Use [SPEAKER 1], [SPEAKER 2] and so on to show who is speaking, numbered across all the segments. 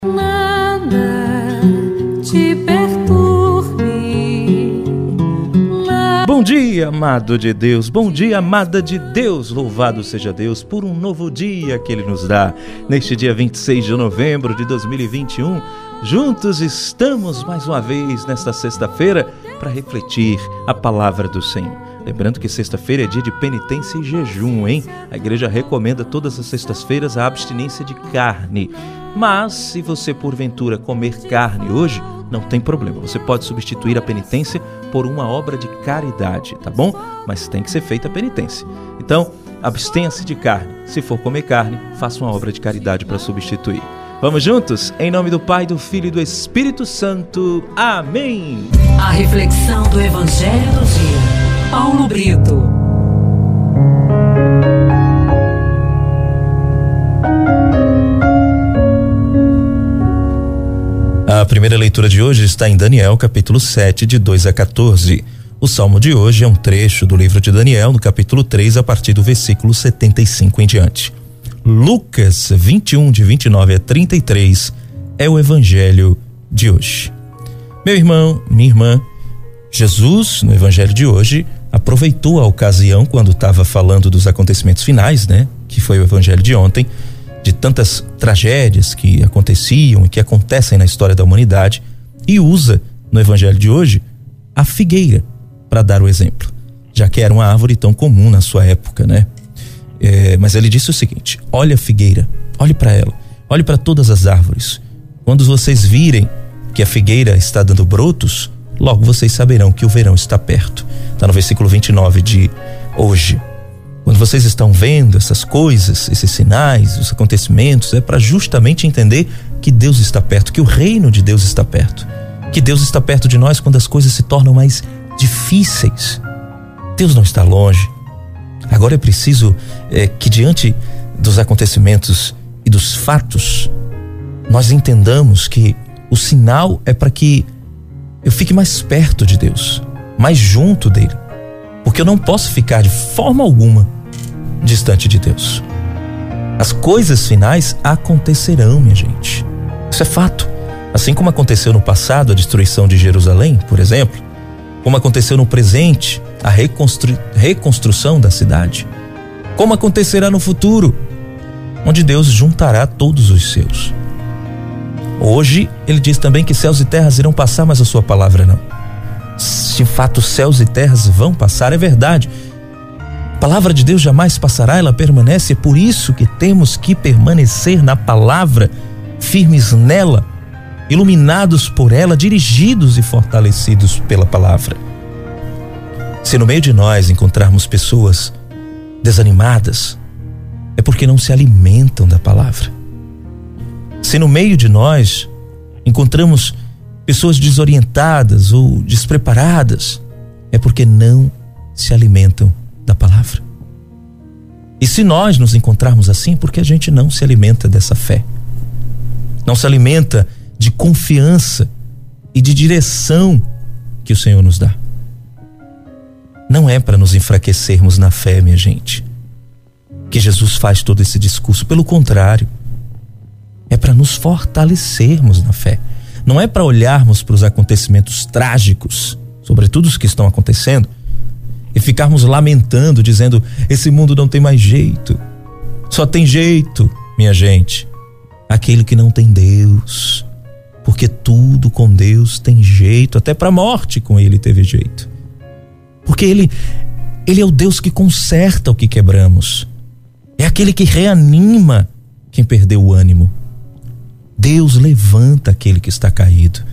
[SPEAKER 1] Nada te perturbe.
[SPEAKER 2] Bom dia, amado de Deus. Bom dia, amada de Deus. Louvado seja Deus por um novo dia que Ele nos dá. Neste dia 26 de novembro de 2021, juntos estamos mais uma vez nesta sexta-feira para refletir a palavra do Senhor. Lembrando que sexta-feira é dia de penitência e jejum, hein? A igreja recomenda todas as sextas-feiras a abstinência de carne. Mas, se você porventura comer carne hoje, não tem problema. Você pode substituir a penitência por uma obra de caridade, tá bom? Mas tem que ser feita a penitência. Então, abstenha-se de carne. Se for comer carne, faça uma obra de caridade para substituir. Vamos juntos? Em nome do Pai, do Filho e do Espírito Santo. Amém!
[SPEAKER 1] A reflexão do Evangelho do dia. Paulo Brito.
[SPEAKER 2] A primeira leitura de hoje está em Daniel, capítulo 7, de 2 a 14. O salmo de hoje é um trecho do livro de Daniel, no capítulo 3, a partir do versículo 75 em diante. Lucas 21, de 29 a 33, é o evangelho de hoje. Meu irmão, minha irmã, Jesus, no evangelho de hoje, aproveitou a ocasião quando estava falando dos acontecimentos finais, né? Que foi o evangelho de ontem, de tantas tragédias que aconteciam e que acontecem na história da humanidade, e usa no evangelho de hoje a figueira para dar o exemplo, já que era uma árvore tão comum na sua época, né? Mas ele disse o seguinte: olha a figueira, olhe para ela, olhe para todas as árvores. Quando vocês virem que a figueira está dando brotos, logo vocês saberão que o verão está perto. Está no versículo 29 de hoje. Quando vocês estão vendo essas coisas, esses sinais, os acontecimentos, é para justamente entender que Deus está perto, que o reino de Deus está perto, que Deus está perto de nós quando as coisas se tornam mais difíceis. Deus não está longe. Agora é preciso que diante dos acontecimentos e dos fatos, nós entendamos que o sinal é para que eu fique mais perto de Deus, mais junto dele, porque eu não posso ficar de forma alguma distante de Deus. As coisas finais acontecerão, minha gente. Isso é fato. Assim como aconteceu no passado a destruição de Jerusalém, por exemplo, como aconteceu no presente a reconstrução da cidade, como acontecerá no futuro, onde Deus juntará todos os seus. Hoje ele diz também que céus e terras irão passar, mas a sua palavra não. De fato, céus e terras vão passar, é verdade. A palavra de Deus jamais passará, ela permanece. É por isso que temos que permanecer na palavra, firmes nela, iluminados por ela, dirigidos e fortalecidos pela palavra. Se no meio de nós encontrarmos pessoas desanimadas, é porque não se alimentam da palavra. Se no meio de nós encontramos pessoas desorientadas ou despreparadas, é porque não se alimentam da palavra. E se nós nos encontrarmos assim, é porque a gente não se alimenta dessa fé, não se alimenta de confiança e de direção que o Senhor nos dá. Não é para nos enfraquecermos na fé, minha gente, que Jesus faz todo esse discurso. Pelo contrário, é para nos fortalecermos na fé. Não é para olharmos para os acontecimentos trágicos, sobretudo os que estão acontecendo, e ficarmos lamentando, dizendo: esse mundo não tem mais jeito. Só tem jeito, minha gente, aquele que não tem Deus, porque tudo com Deus tem jeito, até para a morte com ele teve jeito, porque ele é o Deus que conserta o que quebramos, é aquele que reanima quem perdeu o ânimo. Deus levanta aquele que está caído.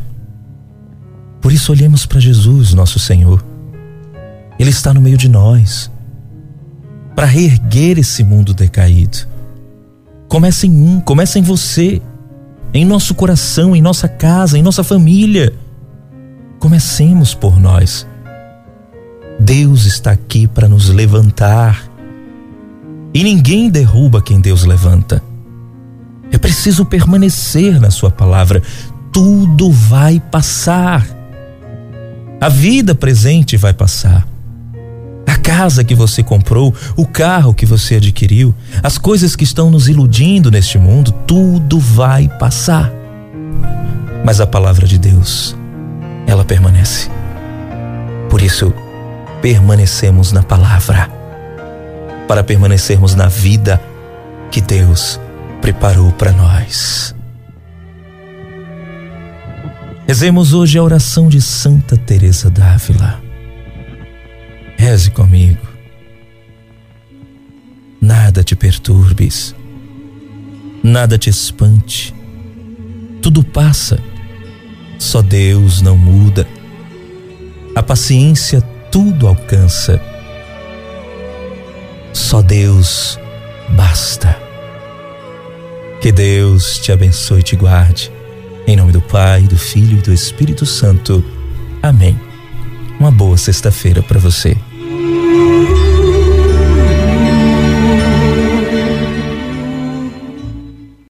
[SPEAKER 2] Por isso olhemos para Jesus, nosso Senhor. Ele está no meio de nós para reerguer esse mundo decaído. Começa em você, em nosso coração, em nossa casa, em nossa família. Comecemos por nós. Deus está aqui para nos levantar. E ninguém derruba quem Deus levanta. É preciso permanecer na sua palavra. Tudo vai passar. A vida presente vai passar. A casa que você comprou, o carro que você adquiriu, as coisas que estão nos iludindo neste mundo, tudo vai passar. mas a palavra de Deus, ela permanece. Por isso, permanecemos na palavra, para permanecermos na vida que Deus preparou para nós. Rezemos hoje a oração de Santa Teresa d'Ávila. Reze comigo. Nada te perturbes, nada te espante, tudo passa, só Deus não muda. A paciência tudo alcança, só Deus basta. Que Deus te abençoe e te guarde. Em nome do Pai, do Filho e do Espírito Santo. Amém. Uma boa sexta-feira para você.